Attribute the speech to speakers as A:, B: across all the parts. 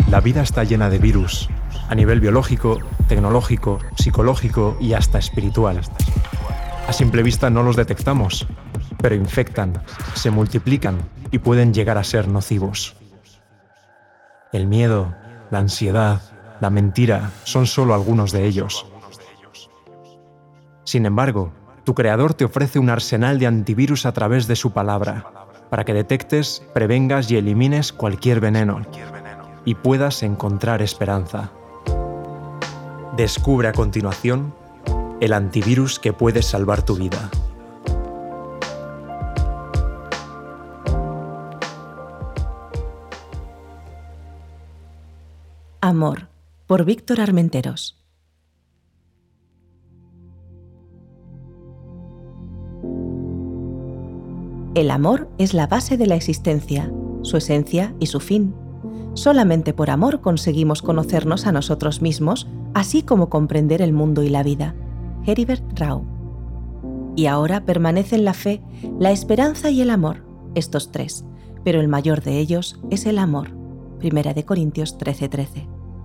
A: La vida está llena de virus, a nivel biológico, tecnológico, psicológico y hasta espiritual. A simple vista no los detectamos, pero infectan, se multiplican y pueden llegar a ser nocivos. El miedo, la ansiedad, la mentira son solo algunos de ellos. Sin embargo, tu creador te ofrece un arsenal de antivirus a través de su palabra, para que detectes, prevengas y elimines cualquier veneno, y puedas encontrar esperanza. Descubre a continuación el antivirus que puede salvar tu vida.
B: Amor, por Víctor Armenteros. El amor es la base de la existencia, su esencia y su fin. Solamente por amor conseguimos conocernos a nosotros mismos, así como comprender el mundo y la vida. Heribert Rau. Y ahora permanecen la fe, la esperanza y el amor, estos tres, pero el mayor de ellos es el amor. 1 Corintios 13:13.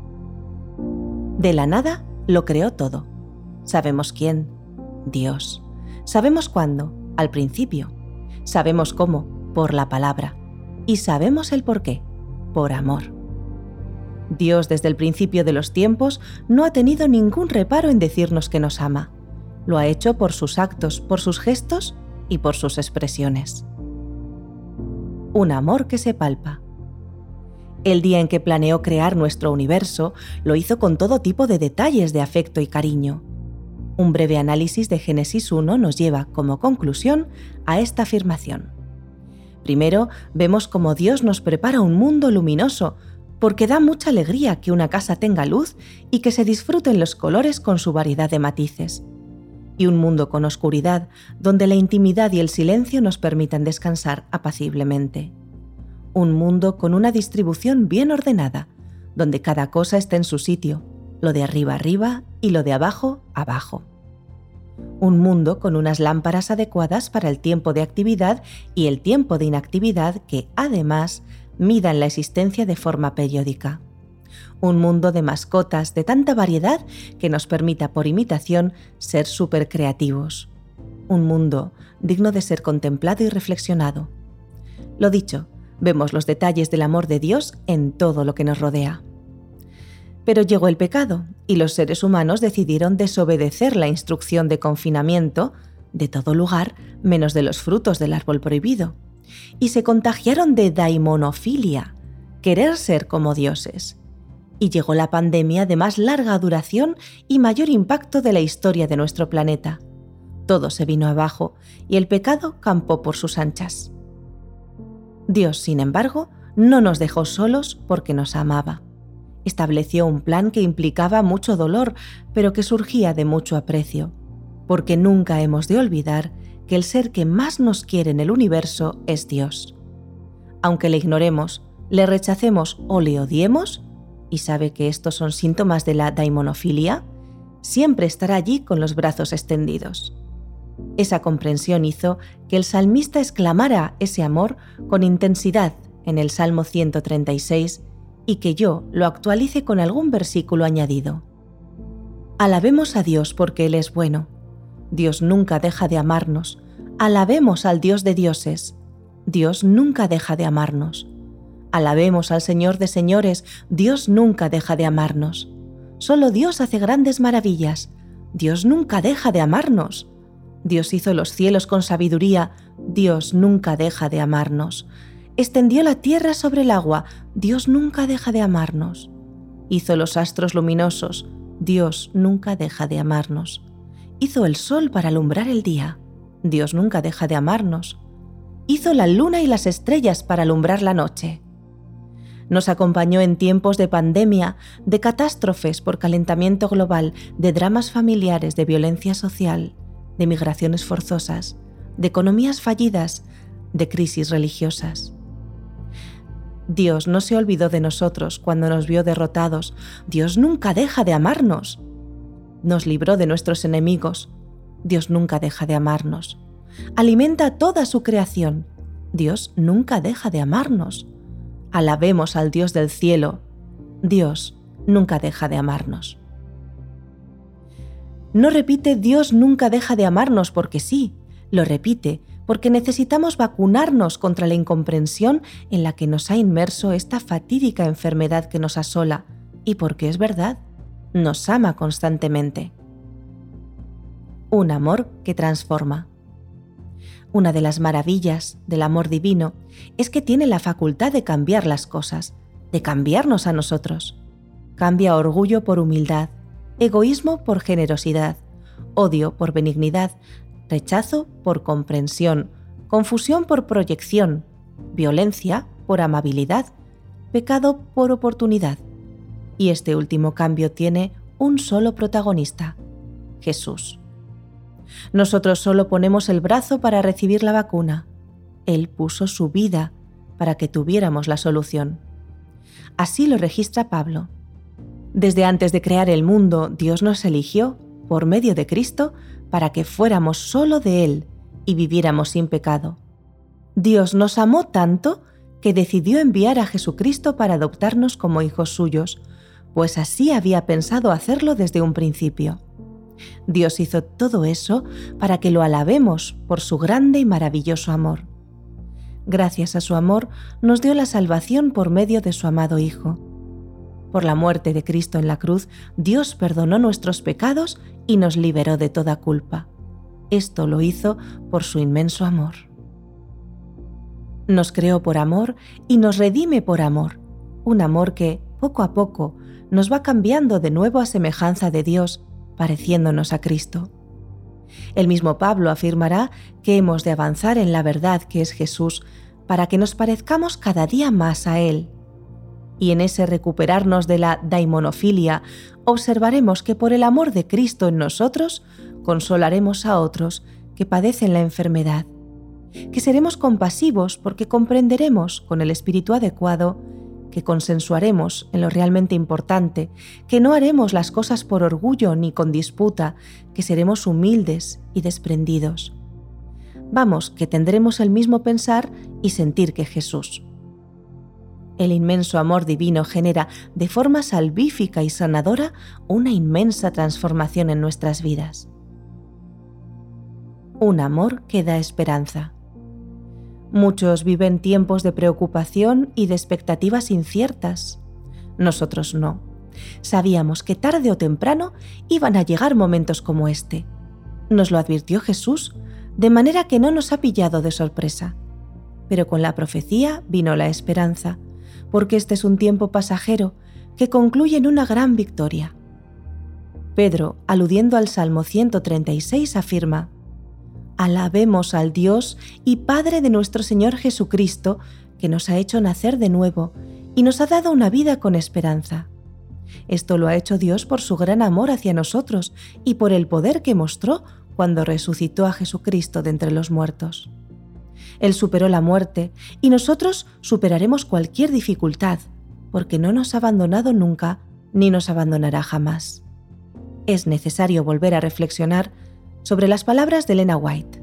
B: De la nada lo creó todo. Sabemos quién, Dios. Sabemos cuándo, al principio. Sabemos cómo, por la palabra. Y sabemos el por qué, por amor. Dios desde el principio de los tiempos no ha tenido ningún reparo en decirnos que nos ama. Lo ha hecho por sus actos, por sus gestos y por sus expresiones. Un amor que se palpa. El día en que planeó crear nuestro universo, lo hizo con todo tipo de detalles de afecto y cariño. Un breve análisis de Génesis 1 nos lleva, como conclusión, a esta afirmación. Primero, vemos cómo Dios nos prepara un mundo luminoso, porque da mucha alegría que una casa tenga luz y que se disfruten los colores con su variedad de matices. Y un mundo con oscuridad, donde la intimidad y el silencio nos permitan descansar apaciblemente. Un mundo con una distribución bien ordenada, donde cada cosa está en su sitio, lo de arriba arriba y lo de abajo abajo. Un mundo con unas lámparas adecuadas para el tiempo de actividad y el tiempo de inactividad que, además, midan la existencia de forma periódica. Un mundo de mascotas de tanta variedad que nos permita, por imitación, ser supercreativos. Un mundo digno de ser contemplado y reflexionado. Lo dicho, vemos los detalles del amor de Dios en todo lo que nos rodea. Pero llegó el pecado y los seres humanos decidieron desobedecer la instrucción de confinamiento de todo lugar menos de los frutos del árbol prohibido y se contagiaron de daimonofilia, querer ser como dioses. Y llegó la pandemia de más larga duración y mayor impacto de la historia de nuestro planeta. Todo se vino abajo y el pecado campó por sus anchas. Dios, sin embargo, no nos dejó solos porque nos amaba. Estableció un plan que implicaba mucho dolor, pero que surgía de mucho aprecio, porque nunca hemos de olvidar que el ser que más nos quiere en el universo es Dios. Aunque le ignoremos, le rechacemos o le odiemos, y sabe que estos son síntomas de la daimonofilia, siempre estará allí con los brazos extendidos. Esa comprensión hizo que el salmista exclamara ese amor con intensidad en el Salmo 136 y que yo lo actualice con algún versículo añadido. Alabemos a Dios porque Él es bueno. Dios nunca deja de amarnos. Alabemos al Dios de dioses. Dios nunca deja de amarnos. Alabemos al Señor de señores. Dios nunca deja de amarnos. Solo Dios hace grandes maravillas. Dios nunca deja de amarnos. Dios hizo los cielos con sabiduría. Dios nunca deja de amarnos. Extendió la tierra sobre el agua. Dios nunca deja de amarnos. Hizo los astros luminosos. Dios nunca deja de amarnos. Hizo el sol para alumbrar el día. Dios nunca deja de amarnos. Hizo la luna y las estrellas para alumbrar la noche. Nos acompañó en tiempos de pandemia, de catástrofes por calentamiento global, de dramas familiares, de violencia social, de migraciones forzosas, de economías fallidas, de crisis religiosas. Dios no se olvidó de nosotros cuando nos vio derrotados. Dios nunca deja de amarnos. Nos libró de nuestros enemigos. Dios nunca deja de amarnos. Alimenta toda su creación. Dios nunca deja de amarnos. Alabemos al Dios del cielo. Dios nunca deja de amarnos. No repite Dios nunca deja de amarnos porque sí, lo repite porque necesitamos vacunarnos contra la incomprensión en la que nos ha inmerso esta fatídica enfermedad que nos asola, y porque es verdad, nos ama constantemente. Un amor que transforma. Una de las maravillas del amor divino es que tiene la facultad de cambiar las cosas, de cambiarnos a nosotros. Cambia orgullo por humildad, egoísmo por generosidad, odio por benignidad, rechazo por comprensión, confusión por proyección, violencia por amabilidad, pecado por oportunidad. Y este último cambio tiene un solo protagonista: Jesús. Nosotros solo ponemos el brazo para recibir la vacuna. Él puso su vida para que tuviéramos la solución. Así lo registra Pablo. Desde antes de crear el mundo, Dios nos eligió, por medio de Cristo, para que fuéramos solo de Él y viviéramos sin pecado. Dios nos amó tanto que decidió enviar a Jesucristo para adoptarnos como hijos suyos, pues así había pensado hacerlo desde un principio. Dios hizo todo eso para que lo alabemos por su grande y maravilloso amor. Gracias a su amor, nos dio la salvación por medio de su amado Hijo. Por la muerte de Cristo en la cruz, Dios perdonó nuestros pecados y nos liberó de toda culpa. Esto lo hizo por su inmenso amor. Nos creó por amor y nos redime por amor, un amor que, poco a poco, nos va cambiando de nuevo a semejanza de Dios, pareciéndonos a Cristo. El mismo Pablo afirmará que hemos de avanzar en la verdad que es Jesús para que nos parezcamos cada día más a Él. Y en ese recuperarnos de la daimonofilia, observaremos que por el amor de Cristo en nosotros, consolaremos a otros que padecen la enfermedad, que seremos compasivos porque comprenderemos con el espíritu adecuado, que consensuaremos en lo realmente importante, que no haremos las cosas por orgullo ni con disputa, que seremos humildes y desprendidos. Vamos, que tendremos el mismo pensar y sentir que Jesús. El inmenso amor divino genera de forma salvífica y sanadora una inmensa transformación en nuestras vidas. Un amor que da esperanza. Muchos viven tiempos de preocupación y de expectativas inciertas. Nosotros no. Sabíamos que tarde o temprano iban a llegar momentos como este. Nos lo advirtió Jesús, de manera que no nos ha pillado de sorpresa. Pero con la profecía vino la esperanza, porque este es un tiempo pasajero que concluye en una gran victoria. Pedro, aludiendo al Salmo 136, afirma: «Alabemos al Dios y Padre de nuestro Señor Jesucristo, que nos ha hecho nacer de nuevo y nos ha dado una vida con esperanza». Esto lo ha hecho Dios por su gran amor hacia nosotros y por el poder que mostró cuando resucitó a Jesucristo de entre los muertos. Él superó la muerte y nosotros superaremos cualquier dificultad, porque no nos ha abandonado nunca ni nos abandonará jamás. Es necesario volver a reflexionar sobre las palabras de Ellen White.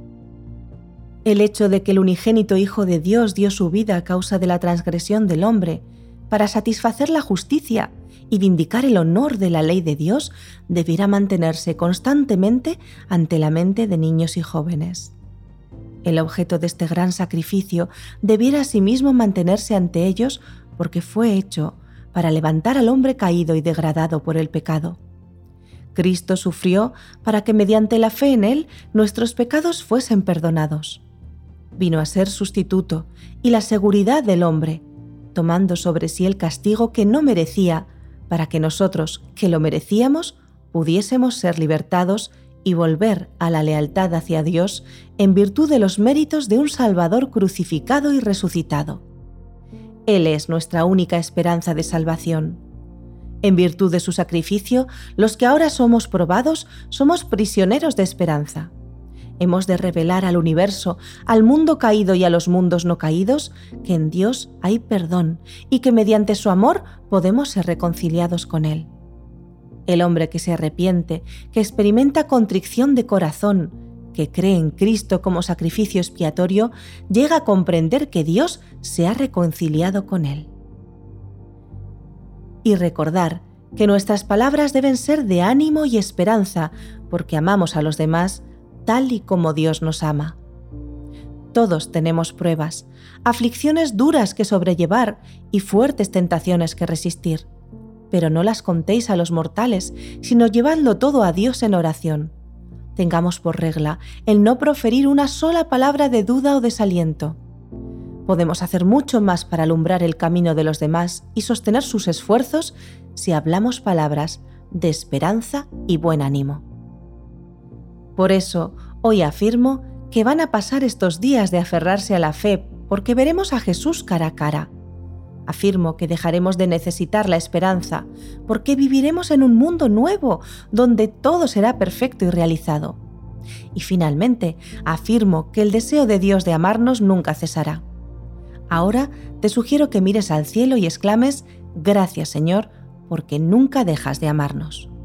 B: El hecho de que el unigénito Hijo de Dios dio su vida a causa de la transgresión del hombre para satisfacer la justicia y vindicar el honor de la ley de Dios debiera mantenerse constantemente ante la mente de niños y jóvenes. El objeto de este gran sacrificio debiera asimismo mantenerse ante ellos porque fue hecho para levantar al hombre caído y degradado por el pecado. Cristo sufrió para que mediante la fe en Él nuestros pecados fuesen perdonados. Vino a ser sustituto y la seguridad del hombre, tomando sobre sí el castigo que no merecía, para que nosotros, que lo merecíamos, pudiésemos ser libertados y volver a la lealtad hacia Dios en virtud de los méritos de un Salvador crucificado y resucitado. Él es nuestra única esperanza de salvación. En virtud de su sacrificio, los que ahora somos probados somos prisioneros de esperanza. Hemos de revelar al universo, al mundo caído y a los mundos no caídos, que en Dios hay perdón y que mediante su amor podemos ser reconciliados con Él. El hombre que se arrepiente, que experimenta contrición de corazón, que cree en Cristo como sacrificio expiatorio, llega a comprender que Dios se ha reconciliado con él. y recordar que nuestras palabras deben ser de ánimo y esperanza, porque amamos a los demás tal y como Dios nos ama. Todos tenemos pruebas, aflicciones duras que sobrellevar y fuertes tentaciones que resistir. Pero no las contéis a los mortales, sino llevadlo todo a Dios en oración. Tengamos por regla el no proferir una sola palabra de duda o desaliento. Podemos hacer mucho más para alumbrar el camino de los demás y sostener sus esfuerzos si hablamos palabras de esperanza y buen ánimo. Por eso, hoy afirmo que van a pasar estos días de aferrarse a la fe porque veremos a Jesús cara a cara. Afirmo que dejaremos de necesitar la esperanza porque viviremos en un mundo nuevo donde todo será perfecto y realizado. Y finalmente, afirmo que el deseo de Dios de amarnos nunca cesará. Ahora te sugiero que mires al cielo y exclames: «Gracias, Señor, porque nunca dejas de amarnos».